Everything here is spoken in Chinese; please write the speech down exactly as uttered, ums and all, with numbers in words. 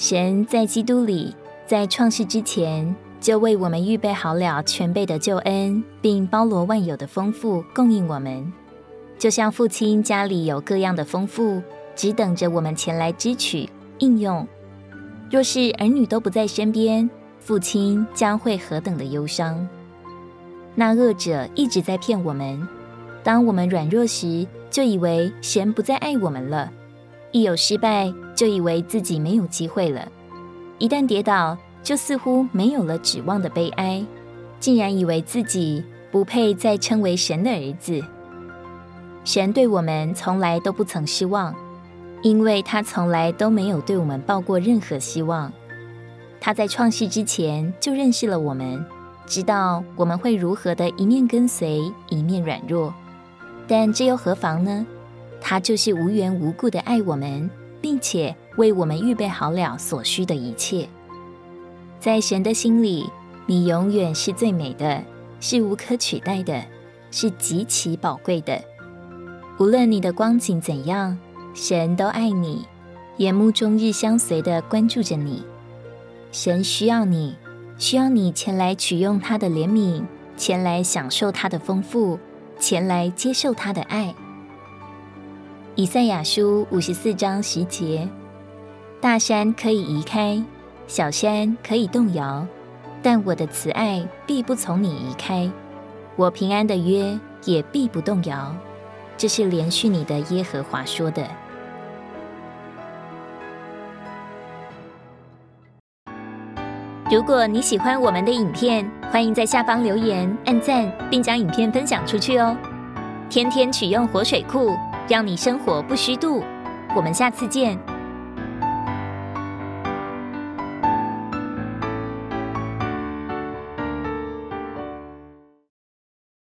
神在基督里，在创世之前就为我们预备好了全备的救恩，并包罗万有的丰富供应我们。就像父亲家里有各样的丰富，只等着我们前来支取应用。若是儿女都不在身边，父亲将会何等的忧伤。那恶者一直在骗我们，当我们软弱时，就以为神不再爱我们了，一有失败，就以为自己没有机会了，一旦跌倒，就似乎没有了指望的悲哀，竟然以为自己不配再称为神的儿子。神对我们从来都不曾失望，因为他从来都没有对我们抱过任何希望。他在创世之前就认识了我们，知道我们会如何的一面跟随，一面软弱。但这又何妨呢？他就是无缘无故的爱我们，并且为我们预备好了所需的一切。在神的心里，你永远是最美的，是无可取代的，是极其宝贵的。无论你的光景怎样，神都爱你，眼目终日相随地关注着你。神需要你，需要你前来取用他的怜悯，前来享受他的丰富，前来接受他的爱。以赛亚书五十四章十节，大山可以移开，小山可以动摇，但我的慈爱必不从你移开，我平安的约也必不动摇。这是连续你的耶和华说的。如果你喜欢我们的影片，欢迎在下方留言、按赞，并将影片分享出去哦。天天取用活水库，让你生活不虚度。我们下次见。